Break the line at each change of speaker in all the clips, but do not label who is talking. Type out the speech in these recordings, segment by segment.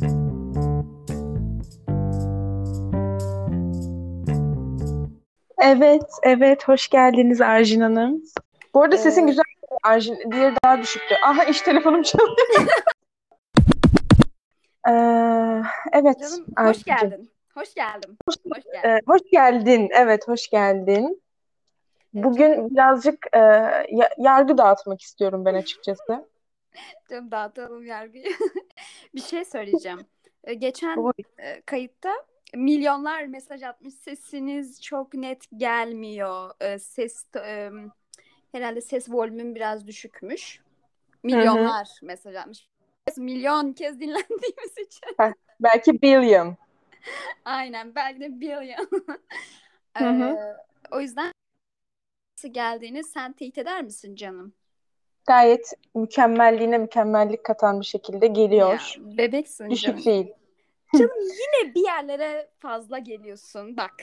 Evet, evet. Hoş geldiniz Arjin Hanım. Bu arada sesin
Ee,
güzel. Arjin, diğeri daha düşüktü. Aha iş telefonum çalıyor. Ee, evet
Canım hoş
Arjin'cim.
geldin. Hoş geldim. Hoş geldin.
Hoş geldin. Evet, hoş geldin.
Canım,
Bugün birazcık yargı dağıtmak istiyorum ben açıkçası.
canım dağıtalım yargıyı. Bir şey söyleyeceğim. Geçen
Bu,
kayıtta milyonlar mesaj atmış. Sesiniz çok net gelmiyor. Herhalde ses volümüm biraz düşükmüş.
hı hı.
Milyonlar mesaj atmış. Milyon kez dinlendiğimiz için.
Heh, belki billion.
Aynen belki de billion.
Hı
Ee,
hı.
O yüzden nasıl geldiğini sen teyit eder misin canım?
Gayet mükemmelliğine mükemmellik katan bir şekilde
Ya
geliyor.
bebeksin
Düşük
canım.
değil.
Canım yine bir yerlere fazla geliyorsun. Bak.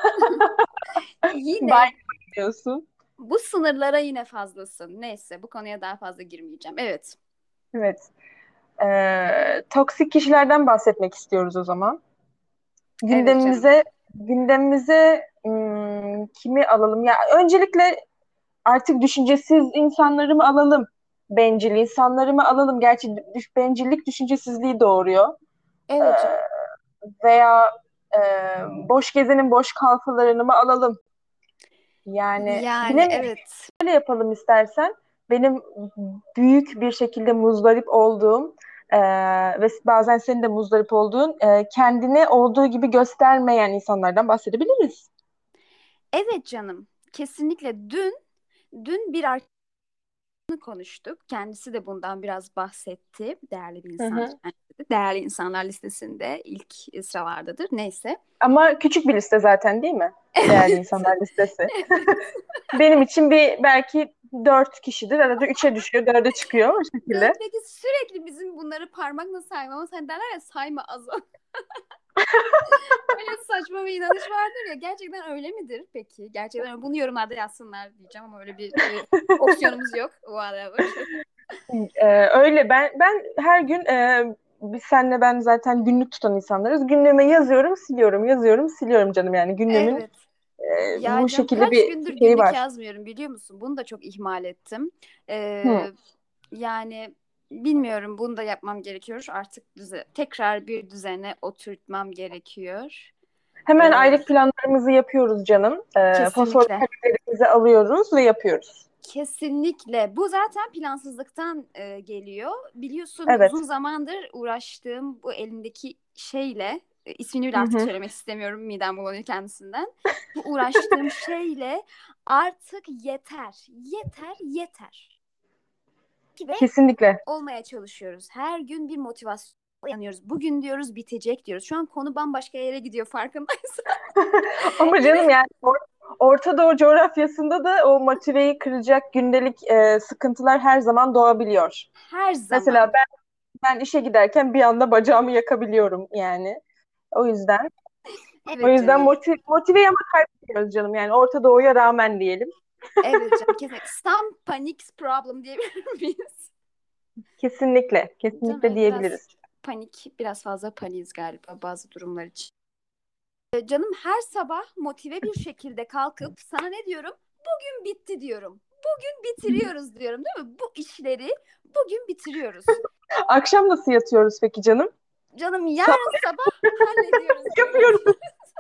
Bay
Yine
diyorsun.
bu sınırlara yine fazlasın. Neyse bu konuya daha fazla girmeyeceğim. Evet.
Evet. Toksik kişilerden bahsetmek istiyoruz o zaman.
Evet canım.
Gündemimize kimi alalım? Ya öncelikle artık düşüncesiz insanları mı alalım? Bencil insanları mı alalım? Gerçi bencillik düşüncesizliği doğuruyor. Ee,
Evet canım.
veya e, boş gezenin boş kalfalarını mı alalım? Yani
Yani
bilemiyorum.
evet.
Şöyle yapalım istersen. Benim büyük bir şekilde muzdarip olduğum ve bazen senin de muzdarip olduğun kendini olduğu gibi göstermeyen insanlardan bahsedebiliriz.
Evet canım. Kesinlikle dün bir arkadaşımla konuştuk. Kendisi de bundan biraz bahsetti. Değerli bir
Hı
insan
hı.
kendisi de. Değerli insanlar listesinde ilk sıralardadır. Neyse.
Ama küçük bir liste zaten değil mi? Değerli
Evet.
insanlar listesi.
Evet.
Benim için bir belki 4 kişidir. Arada 3'e düşüyor, 4'e çıkıyor o
Canım
şekilde.
peki sürekli bizim bunları parmakla saymamız. Hani derler ya sayma az. Öyle saçma bir inanış vardır ya. Gerçekten öyle midir peki? Gerçekten öyle. Bunu yorumlarda yazsınlar diyeceğim ama öyle bir opsiyonumuz yok. Whatever.
Öyle ben her gün biz senle ben zaten günlük tutan insanlarız. Gündeme yazıyorum, siliyorum, yazıyorum, siliyorum canım yani gündemin
Evet.
bu
Ya canım
şekilde
kaç
bir
gündür
şeyi
günlük
var.
yazmıyorum biliyor musun? Bunu da çok ihmal ettim.
Hı.
Ee, Yani bilmiyorum bunu da yapmam gerekiyor. Artık tekrar bir düzene oturtmam gerekiyor.
Hemen
Ee,
aylık planlarımızı yapıyoruz canım. Fosfor
Kesinlikle.
kalorilerimizi alıyoruz ve yapıyoruz.
Kesinlikle. Bu zaten plansızlıktan geliyor. Biliyorsun uzun
Evet.
zamandır uğraştığım bu elimdeki şeyle, ismini bile
Hı
artık
hı.
söylemek istemiyorum. Midem bulanıyor kendisinden. Bu uğraştığım şeyle artık yeter, yeter, yeter gibi
Kesinlikle.
olmaya çalışıyoruz. Her gün bir motivasyon yanıyoruz. Bugün diyoruz bitecek diyoruz. Şu an konu bambaşka yere gidiyor farkındaysan.
Ama
Yine
canım yani Orta Doğu coğrafyasında da o motiveyi kıracak gündelik sıkıntılar her zaman doğabiliyor.
her
Mesela
zaman.
ben işe giderken bir anda bacağımı yakabiliyorum yani. O yüzden o
Evet
yüzden
canım.
motiveyi ama kaybediyoruz canım. Yani Orta Doğu'ya rağmen diyelim.
Evet canım kesinlikle. Some panic problem diyebilir miyiz?
Kesinlikle,
Canım
kesinlikle
evet biraz
diyebiliriz.
biraz fazla paniğiz galiba bazı durumlar için. Canım her sabah motive bir şekilde kalkıp sana ne diyorum? Bugün bitti diyorum. Bugün bitiriyoruz diyorum değil mi? Bu işleri bugün bitiriyoruz.
Akşam nasıl yatıyoruz peki canım?
Canım
Sabah
yarın sabah hallediyoruz diyorum.
yapıyoruz.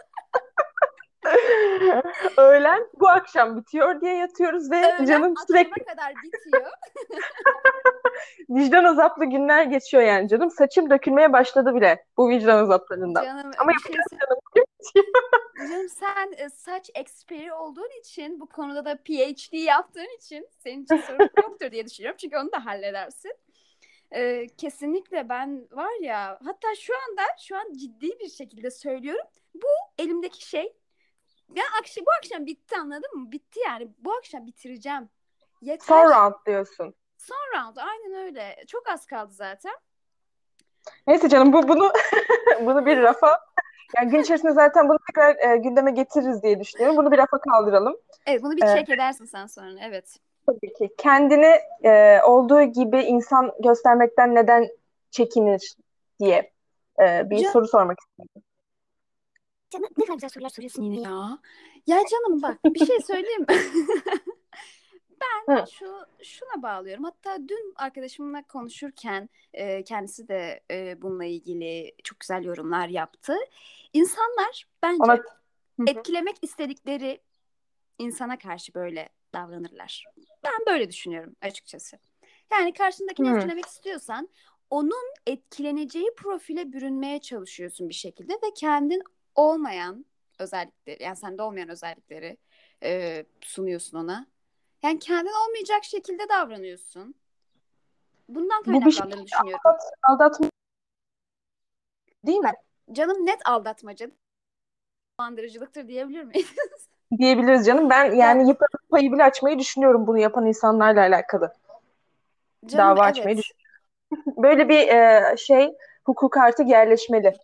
Öğlen bu akşam bitiyor diye yatıyoruz ve
Öğlen
canım
akşama
sürekli
kadar bitiyor.
vicdan azaplı günler geçiyor yani canım. Saçım dökülmeye başladı bile bu vicdan azaplarından.
Canım
Ama
bir şey
yapacağız canım.
Canım sen saç eksperi olduğun için bu konuda da PhD yaptığın için senin için sorun yoktur diye düşünüyorum. Çünkü onu da halledersin. Kesinlikle ben var ya hatta şu an ciddi bir şekilde söylüyorum. Bu elimdeki şey bu akşam bitti anladın mı? Bitti yani bu akşam bitireceğim.
Son
Yeter.
round diyorsun.
Son round aynen öyle. Çok az kaldı zaten.
Neyse canım bunu bunu bir rafa yani gün içerisinde zaten bunu tekrar gündeme getiririz diye düşünüyorum. Bunu bir rafa kaldıralım.
Evet bunu bir
E,
check edersin sen sonra evet.
tabii ki kendini olduğu gibi insan göstermekten neden çekinir diye. Bir
Can,
soru sormak
Canım ne kadar güzel sorular soruyorsun yine ya. Ya canım bak bir şey söyleyeyim mi?
istiyorum.
Şuna bağlıyorum. Hatta dün arkadaşımla konuşurken kendisi de bununla ilgili çok güzel yorumlar yaptı. İnsanlar
Ona
bence
Hı hı.
etkilemek istedikleri insana karşı böyle davranırlar. Ben böyle düşünüyorum açıkçası. Yani karşındakini
Hı.
etkilemek istiyorsan onun etkileneceği profile bürünmeye çalışıyorsun bir şekilde ve kendin olmayan özellikleri, yani sende olmayan özellikleri sunuyorsun ona. Yani kendin olmayacak şekilde davranıyorsun. Bundan
Bu bir
kaynaklandığını
şekilde
düşünüyorum.
aldatma değil mi?
Canım net aldatmaca, dolandırıcılıktır diyebilir miyiz?
Diyebiliriz canım. Ben
Ya
yani yıpranma payı bile açmayı düşünüyorum bunu yapan insanlarla alakalı.
canım
Dava açmayı
evet.
düşünüyorum. Böyle bir hukuk artık yerleşmeli.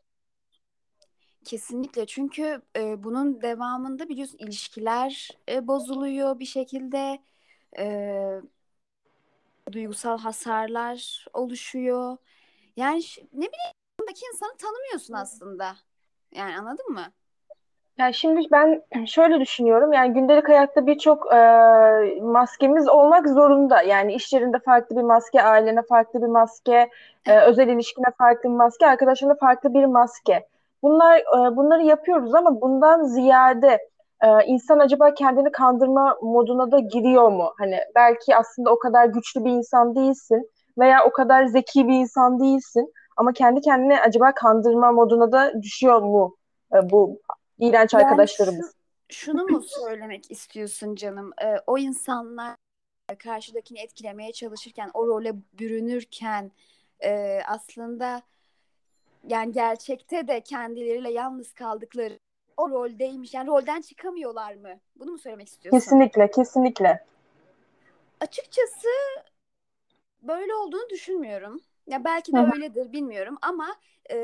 Kesinlikle çünkü bunun devamında biliyorsun ilişkiler bozuluyor bir şekilde. E, Duygusal hasarlar oluşuyor. Yani ne bileyim yanındaki insanı tanımıyorsun aslında. Yani anladın mı?
Yani şimdi ben şöyle düşünüyorum. Yani gündelik hayatta birçok maskemiz olmak zorunda. Yani iş yerinde farklı bir maske, ailene farklı bir maske, özel ilişkine farklı bir maske, arkadaşlarına farklı bir maske. Bunları yapıyoruz ama bundan ziyade insan acaba kendini kandırma moduna da giriyor mu? Hani belki aslında o kadar güçlü bir insan değilsin veya o kadar zeki bir insan değilsin ama kendi kendine acaba kandırma moduna da düşüyor mu bu İğrenç
Yani
arkadaşlarımız?
şunu mu söylemek istiyorsun canım? O insanlar karşıdakini etkilemeye çalışırken, o role bürünürken aslında yani gerçekte de kendileriyle yalnız kaldıkları o roldeymiş. Yani rolden çıkamıyorlar mı? Bunu mu söylemek istiyorsun?
Kesinlikle, kesinlikle.
Açıkçası böyle olduğunu düşünmüyorum. Ya belki
Hı
de
hı,
öyledir bilmiyorum ama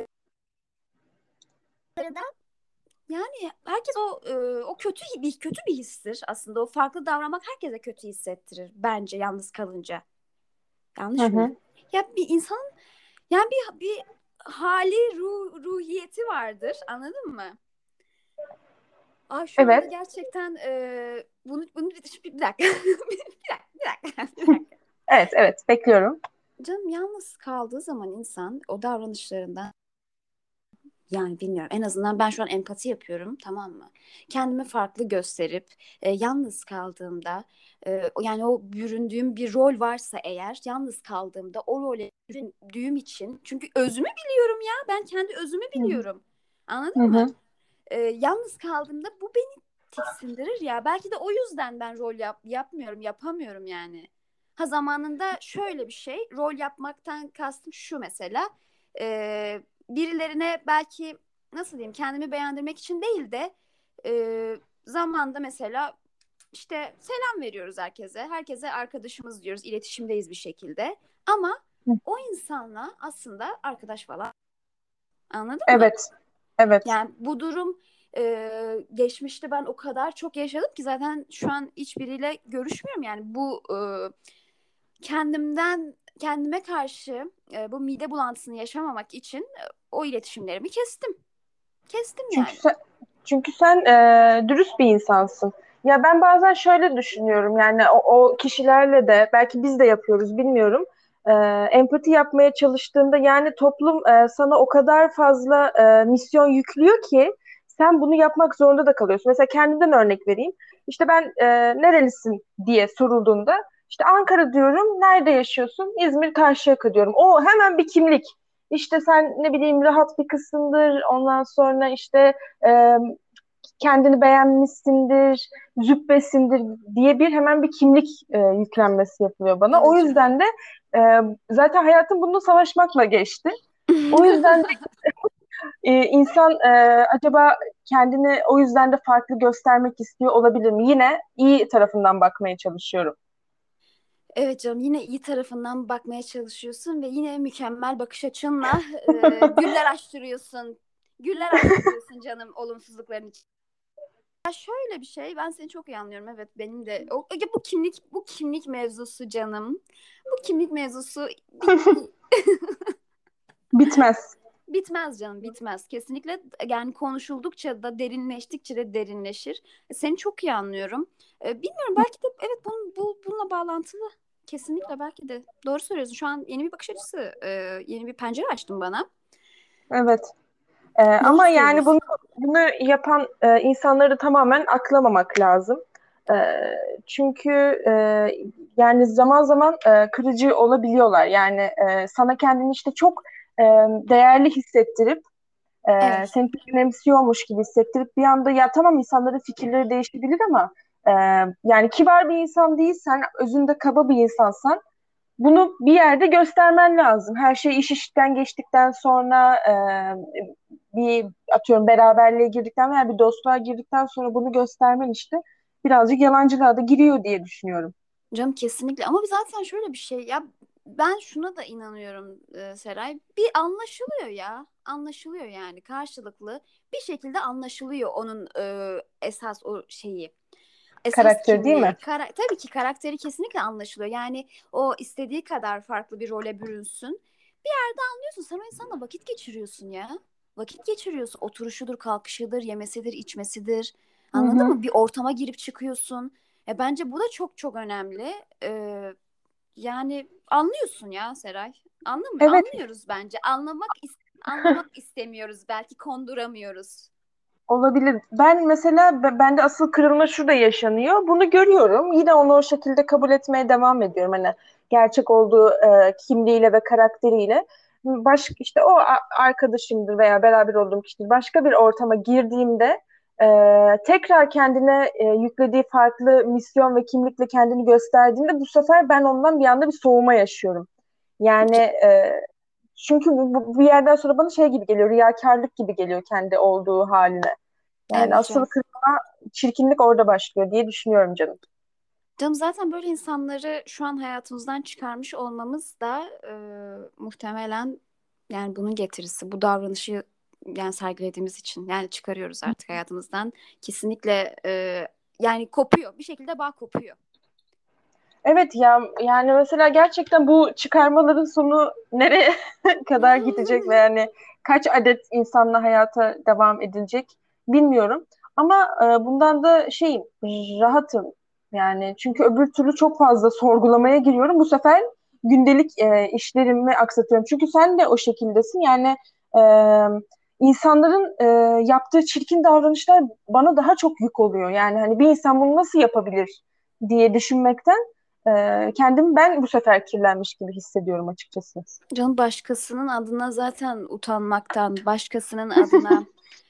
arada yani herkes o kötü bir histir aslında. O farklı davranmak herkese kötü hissettirir bence yalnız kalınca.
hı
Yanlış mıyım?
hı.
Ya bir insanın yani bir hali ruhiyeti vardır. Anladın mı? Ay şu anda
Evet,
gerçekten bir dakika. Bir dakika.
evet, evet. Bekliyorum.
Canım yalnız kaldığı zaman insan o davranışlarından yani bilmiyorum en azından ben şu an empati yapıyorum tamam mı? Kendimi farklı gösterip yalnız kaldığımda yani o büründüğüm bir rol varsa eğer yalnız kaldığımda o role büründüğüm için çünkü özümü biliyorum ya ben kendi özümü
Hı hı,
biliyorum.
hı
Anladın mı?
hı,
Yalnız kaldığımda bu beni tiksindirir ya. Belki de o yüzden ben yapmıyorum, yapamıyorum yani. Ha zamanında şöyle bir şey, rol yapmaktan kastım şu mesela. Birilerine belki nasıl diyeyim kendimi beğendirmek için değil de zamanda mesela işte selam veriyoruz herkese. Herkese arkadaşımız diyoruz, iletişimdeyiz bir şekilde. Ama
hı.
o insanla aslında arkadaş falan. Anladın mı?
Evet, evet.
Yani bu durum geçmişte ben o kadar çok yaşadım ki zaten şu an hiçbiriyle görüşmüyorum. Yani bu kendime karşı bu mide bulantısını yaşamamak için o iletişimlerimi kestim. Kestim
Çünkü
yani.
sen, çünkü sen dürüst bir insansın. Ya ben bazen şöyle düşünüyorum. Yani o kişilerle de belki biz de yapıyoruz, bilmiyorum. E, Empati yapmaya çalıştığında yani toplum sana o kadar fazla misyon yüklüyor ki sen bunu yapmak zorunda da kalıyorsun. Mesela kendimden örnek vereyim. İşte ben nerelisin diye sorulduğunda işte Ankara diyorum. Nerede yaşıyorsun? İzmir Karşıyaka diyorum. O hemen bir kimlik. İşte sen ne bileyim rahat bir kızsındır. Ondan sonra işte e, kendini beğenmişsindir, züppesindir diye bir hemen bir kimlik yüklenmesi yapılıyor bana. O
Evet canım.
yüzden de zaten hayatım bununla savaşmakla geçti. O yüzden de insan acaba kendini o yüzden de farklı göstermek istiyor olabilir mi? Yine iyi tarafından bakmaya çalışıyorum.
Evet canım yine iyi tarafından bakmaya çalışıyorsun ve yine mükemmel bakış açınla güller açtırıyorsun. Güller açtırıyorsun canım olumsuzlukların için. Ya şöyle bir şey ben seni çok iyi anlıyorum evet benim de ya bu kimlik mevzusu canım bu kimlik mevzusu
Bitmez.
Bitmez canım, bitmez. Kesinlikle, yani konuşuldukça da derinleştikçe de derinleşir. Seni çok iyi anlıyorum. Bilmiyorum, belki de evet bununla bağlantılı. Kesinlikle belki de. Doğru söylüyorsun. Şu an yeni bir bakış açısı, yeni bir pencere açtın bana.
Evet.
Doğru
Ama yani
söylüyorsun.
bunu yapan insanları tamamen aklamamak lazım. E, Çünkü yani zaman zaman kırıcı olabiliyorlar. Yani sana kendini işte çok e, değerli hissettirip
Evet.
seni çok önemsiyormuş gibi hissettirip bir anda ya tamam insanların fikirleri değişebilir ama e, yani kibar bir insan değilsen, özünde kaba bir insansan bunu bir yerde göstermen lazım. Her şey iş işten geçtikten sonra bir atıyorum beraberliğe girdikten veya bir dostluğa girdikten sonra bunu göstermen işte birazcık yalancılığa da giriyor diye düşünüyorum.
Canım kesinlikle, ama zaten şöyle bir şey ya, ben şuna da inanıyorum Seray, bir anlaşılıyor ya, anlaşılıyor yani, karşılıklı bir şekilde anlaşılıyor onun esas o şeyi, esas
Karakter değil
kimliği,
mi?
tabii ki karakteri kesinlikle anlaşılıyor yani. O istediği kadar farklı bir role bürünsün, bir yerde anlıyorsun, sen o insanla vakit geçiriyorsun ya, vakit geçiriyorsun, oturuşudur, kalkışıdır, yemesidir, içmesidir,
Hı
anladın
hı.
mı, bir ortama girip çıkıyorsun. Bence bu da çok çok önemli. Yani anlıyorsun ya Seray.
Evet.
Anlıyoruz bence. Anlamak istemiyoruz. Belki konduramıyoruz.
Olabilir. Ben mesela bende asıl kırılma şurada yaşanıyor. Bunu görüyorum. Yine onu o şekilde kabul etmeye devam ediyorum. Hani gerçek olduğu kimliğiyle ve karakteriyle. İşte o arkadaşımdır veya beraber olduğum kişidir. Başka bir ortama girdiğimde tekrar kendine yüklediği farklı misyon ve kimlikle kendini gösterdiğinde bu sefer ben ondan bir anda bir soğuma yaşıyorum. Yani çünkü bir yerden sonra bana şey gibi geliyor, riyakarlık gibi geliyor kendi olduğu haline. Yani
Evet
asıl
canım.
kırılma, çirkinlik orada başlıyor diye düşünüyorum canım.
Canım zaten böyle insanları şu an hayatımızdan çıkarmış olmamız da muhtemelen yani bunun getirisi. Bu davranışı yani sergilediğimiz için yani çıkarıyoruz artık hayatımızdan. Kesinlikle yani kopuyor. Bir şekilde bağ kopuyor.
Evet ya yani mesela gerçekten bu çıkarmaların sonu nereye kadar gidecek ve yani kaç adet insanla hayata devam edilecek bilmiyorum. Ama bundan da şeyim rahatım yani çünkü öbür türlü çok fazla sorgulamaya giriyorum. Bu sefer gündelik işlerimi aksatıyorum. Çünkü sen de o şekildesin yani e, insanların yaptığı çirkin davranışlar bana daha çok yük oluyor. Yani hani bir insan bunu nasıl yapabilir diye düşünmekten kendimi ben bu sefer kirlenmiş gibi hissediyorum açıkçası.
Canım başkasının adına zaten utanmaktan, başkasının adına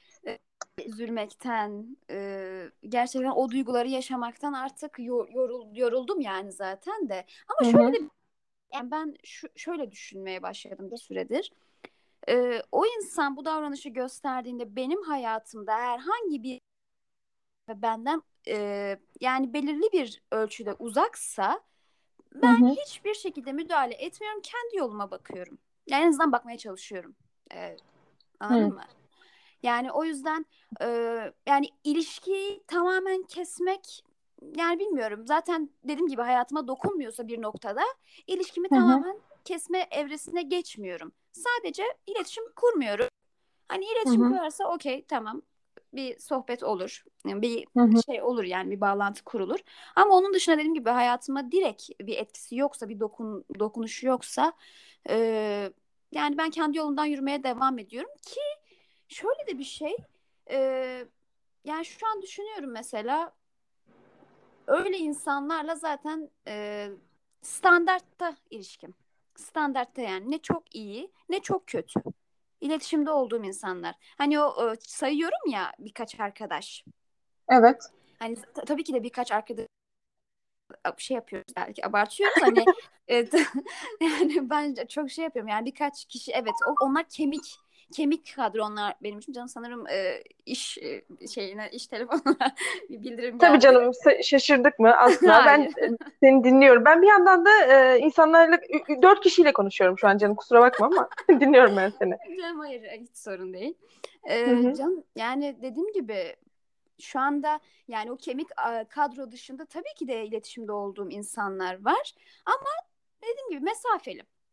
üzülmekten, gerçekten o duyguları yaşamaktan artık yoruldum yani zaten de. Ama
Hı
şöyle
hı,
de yani ben şöyle düşünmeye başladım bir süredir. O insan bu davranışı gösterdiğinde benim hayatımda herhangi bir ve benden yani belirli bir ölçüde uzaksa
hı
ben
hı,
hiçbir şekilde müdahale etmiyorum. Kendi yoluma bakıyorum. Yani en azından bakmaya çalışıyorum. Anladın
hı
mı? Yani o yüzden e, yani ilişkiyi tamamen kesmek, yani bilmiyorum. Zaten dediğim gibi hayatıma dokunmuyorsa bir noktada ilişkimi
hı, hı
tamamen kesme evresine geçmiyorum. Sadece iletişim kurmuyorum. Hani
hı,
iletişim
hı
kurarsa okey, tamam, bir sohbet olur. Yani bir
hı,
şey olur, yani bir bağlantı kurulur. Ama onun dışında dediğim gibi hayatıma direkt bir etkisi yoksa, bir dokunuşu yoksa e, yani ben kendi yolumdan yürümeye devam ediyorum ki şöyle de bir şey, e, yani şu an düşünüyorum mesela, öyle insanlarla zaten standartta ilişkim. Standartta, yani ne çok iyi ne çok kötü. İletişimde olduğum insanlar. Hani o sayıyorum ya birkaç arkadaş.
evet.
Hani tabii ki de birkaç arkadaş şey yapıyoruz, belki abartıyoruz hani, e, yani ben çok şey yapıyorum yani, birkaç kişi, evet, onlar kemik kadro, onlar benim için. Canım sanırım iş şeyine, iş telefonuna bir bildirim
Tabii
geldi.
canım şaşırdık mı? Asla. Ben
Hayır.
seni dinliyorum. Ben bir yandan da insanlarla dört kişiyle konuşuyorum şu an canım. Kusura bakma ama dinliyorum ben seni.
Canım hayır, hiç sorun değil.
Hı hı,
Canım yani dediğim gibi şu anda yani o kemik kadro dışında tabii ki de iletişimde olduğum insanlar var. Ama dediğim gibi mesafeli.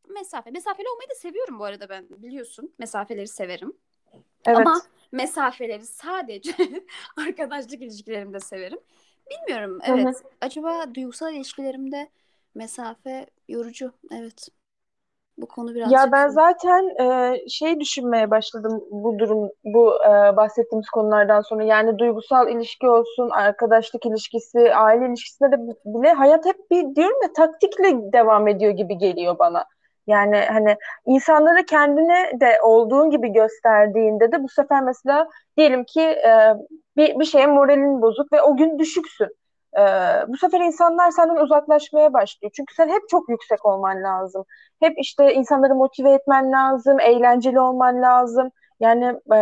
Mesafeli olmayı da seviyorum bu arada ben. Biliyorsun. Mesafeleri severim. Ama
Evet.
mesafeleri sadece arkadaşlık ilişkilerimde severim. Bilmiyorum.
Hı hı.
Evet. Acaba duygusal ilişkilerimde mesafe yorucu. Evet. Bu konu
Ya
birazcık
ben zaten şey düşünmeye başladım bu durum, bu bahsettiğimiz konulardan sonra. Yani duygusal ilişki olsun, arkadaşlık ilişkisi, aile ilişkisinde de bile hayat hep bir diyorum ya taktikle devam ediyor gibi geliyor bana. Yani hani insanları kendine de olduğun gibi gösterdiğinde de bu sefer mesela diyelim ki bir şeye moralin bozuk ve o gün düşüksün. E, Bu sefer insanlar senden uzaklaşmaya başlıyor. Çünkü sen hep çok yüksek olman lazım. Hep işte insanları motive etmen lazım, eğlenceli olman lazım. Yani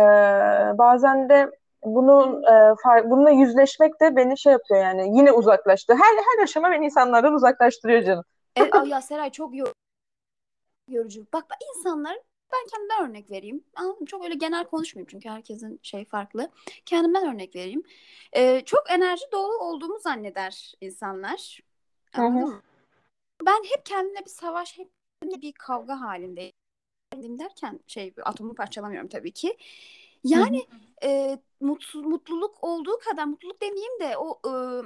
bazen de bununla yüzleşmek de beni şey yapıyor yani yine uzaklaştı. Her aşama beni insanlardan uzaklaştırıyor canım.
Ya Seray çok yorucu. Bak insanlar, ben kendimden örnek vereyim. Anladın mı? Çok öyle genel konuşmayayım çünkü herkesin şey farklı. Kendimden örnek vereyim. Çok enerji dolu olduğumu zanneder insanlar.
Hı
Anladın
hı,
mı? Ben hep kendimle bir savaş, hep bir kavga halindeyim. Derken atomu parçalamıyorum tabii ki.
hı
Yani
hı.
mutluluk olduğu kadar, mutluluk demeyeyim de o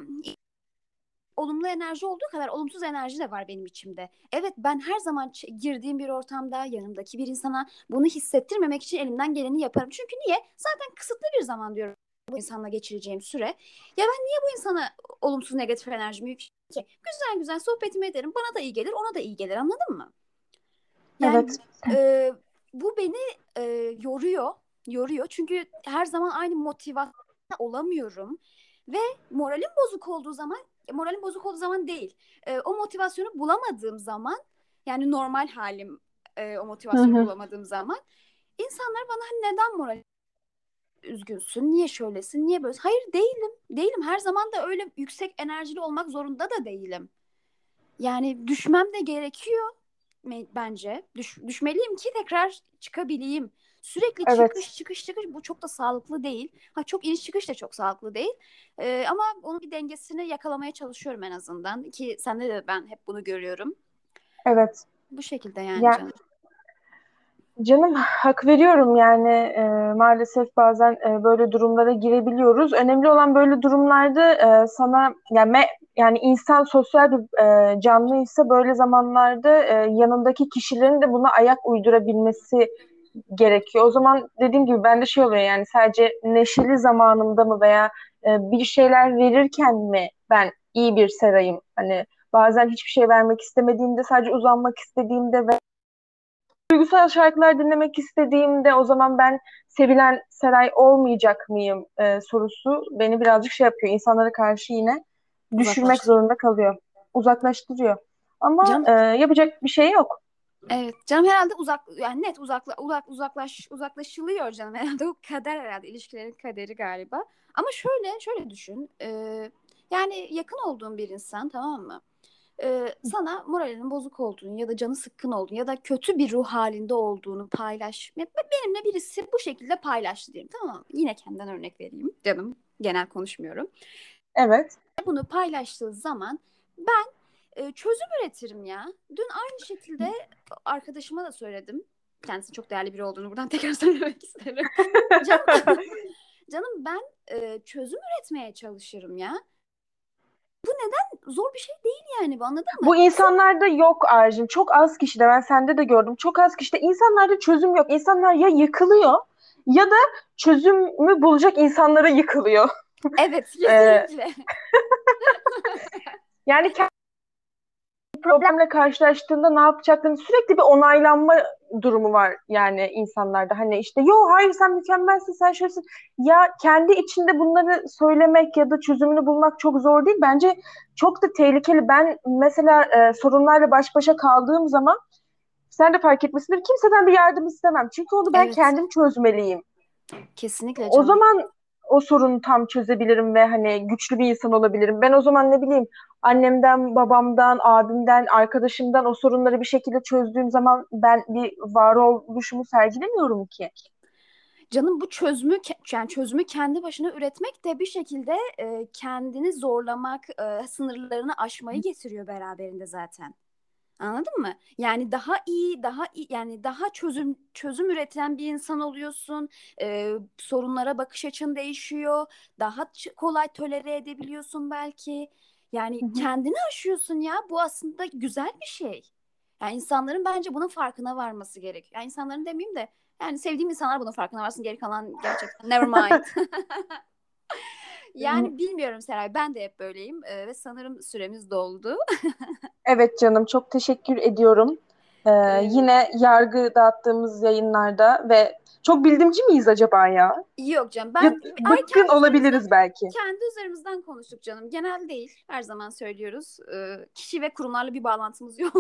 olumlu enerji olduğu kadar olumsuz enerji de var benim içimde. Evet, ben her zaman girdiğim bir ortamda yanımdaki bir insana bunu hissettirmemek için elimden geleni yaparım. Çünkü niye? Zaten kısıtlı bir zaman diyorum bu insanla geçireceğim süre. Ya ben niye bu insana olumsuz negatif enerjimi yükleyeyim ki? Güzel güzel sohbetimi ederim. Bana da iyi gelir, ona da iyi gelir. Anladın mı? Yani
Evet,
e, bu beni e, yoruyor. Yoruyor. Çünkü her zaman aynı motivasyon olamıyorum. Ve moralim bozuk olduğu zaman, moralim bozuk olduğu zaman değil. O motivasyonu bulamadığım zaman, yani normal halim, o
hı
motivasyonu
hı.
bulamadığım zaman insanlar bana hani neden moral üzgünsün, niye şöylesin, niye böylesin? Hayır, değilim. Değilim. Her zaman da öyle yüksek enerjili olmak zorunda da değilim. Yani düşmem de gerekiyor bence. Düşmeliyim ki tekrar çıkabileyim. Sürekli
Evet.
çıkış çıkış çıkış, bu çok da sağlıklı değil. Ha, çok iniş çıkış da çok sağlıklı değil. Ama onun bir dengesini yakalamaya çalışıyorum en azından. Ki sende de ben hep bunu görüyorum.
Evet.
Bu şekilde yani
Ya
canım.
canım hak veriyorum yani maalesef bazen böyle durumlara girebiliyoruz. Önemli olan böyle durumlarda sana yani insan sosyal bir canlıysa böyle zamanlarda yanındaki kişilerin de buna ayak uydurabilmesi gerekiyor. O zaman dediğim gibi bende şey oluyor yani sadece neşeli zamanımda mı veya bir şeyler verirken mi ben iyi bir Serayım? Hani bazen hiçbir şey vermek istemediğimde sadece uzanmak istediğimde duygusal şarkılar dinlemek istediğimde o zaman ben sevilen Seray olmayacak mıyım sorusu beni birazcık şey yapıyor. İnsanlara karşı yine düşürmek
Uzaklaştırıyor.
zorunda kalıyor. Uzaklaştırıyor. Ama
Canım,
yapacak bir şey yok.
evet canım, herhalde yani net uzaklaşılıyor canım, herhalde o kader, herhalde ilişkilerin kaderi galiba. Ama şöyle düşün, yani yakın olduğun bir insan, tamam mı? Sana moralinin bozuk olduğunu ya da canı sıkkın olduğunu ya da kötü bir ruh halinde olduğunu benimle birisi bu şekilde paylaştı diyelim, tamam mı? Yine kendimden örnek vereyim canım, genel konuşmuyorum.
Evet.
Bunu paylaştığı zaman ben çözüm üretirim ya. Dün aynı şekilde arkadaşıma da söyledim. Kendisi çok değerli biri olduğunu buradan tekrar söylemek isterim. Canım, canım ben çözüm üretmeye çalışırım ya. Zor bir şey değil yani, bu, anladın mı?
Bu insanlarda yok Arjun. Çok az kişide ben sende de gördüm. Çok az kişide insanlarda çözüm yok. İnsanlar ya yıkılıyor ya da çözümü bulacak insanlara yıkılıyor.
Evet,
E,
kesinlikle.
Yani problemle karşılaştığında ne yapacaklarını sürekli bir onaylanma durumu var yani insanlarda. Hani işte yo hayır sen mükemmelsin sen şöylesin. Ya kendi içinde bunları söylemek ya da çözümünü bulmak çok zor değil. Bence çok da tehlikeli. Ben mesela sorunlarla baş başa kaldığım zaman sen de fark etmişsindir kimseden bir yardım istemem. Çünkü onu ben
Evet,
kendim çözmeliyim.
kesinlikle
O
canım.
zaman o sorunu tam çözebilirim ve hani güçlü bir insan olabilirim. Ben o zaman ne bileyim annemden, babamdan, abimden, arkadaşımdan o sorunları bir şekilde çözdüğüm zaman ben bir varoluşumu sergilemiyorum ki.
Canım, bu yani çözümü kendi başına üretmek de bir şekilde kendini zorlamak, sınırlarını aşmayı getiriyor beraberinde zaten. Anladın mı? Yani daha iyi, daha iyi, yani daha çözüm üreten bir insan oluyorsun. Sorunlara bakış açın değişiyor. Daha kolay tolere edebiliyorsun belki.
Hı
Yani
hı.
kendini aşıyorsun ya. Bu aslında güzel bir şey. Yani insanların bence bunun farkına varması gerek. Yani insanların demeyeyim de yani sevdiğim insanlar bunun farkına varsın. Geri kalan gerçekten never mind. Yani bilmiyorum Seray. Ben de hep böyleyim. Ve sanırım süremiz doldu.
Evet canım, çok teşekkür ediyorum.
Ee,
Yine yargı dağıttığımız yayınlarda ve çok bildimci miyiz acaba ya?
Yok canım.
Ya bıkkın
Kendi üzerimizden
olabiliriz belki.
konuştuk canım. Genel değil. Her zaman söylüyoruz. Kişi ve kurumlarla bir bağlantımız yok.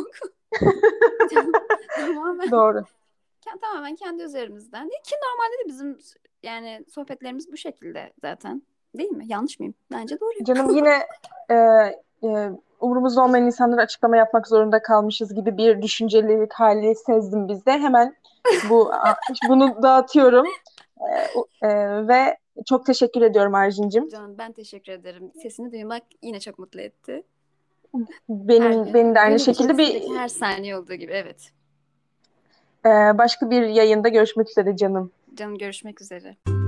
Tamamen
Doğru.
tamamen kendi üzerimizden. Ki normalde de bizim yani sohbetlerimiz bu şekilde zaten. Değil mi? Yanlış mıyım? Bence doğruyum.
Canım yine e, umurumuzda olmayan insanlara açıklama yapmak zorunda kalmışız gibi bir düşüncelilik hali sezdim bizde. Hemen bunu dağıtıyorum. Ve çok teşekkür ediyorum Arjin'cim.
Canım ben teşekkür ederim. Sesini duymak yine çok mutlu etti. Her
Beni de aynı
gün
şekilde
içerisindeki her saniye olduğu gibi. Evet.
başka bir yayında görüşmek üzere canım.
Canım görüşmek üzere.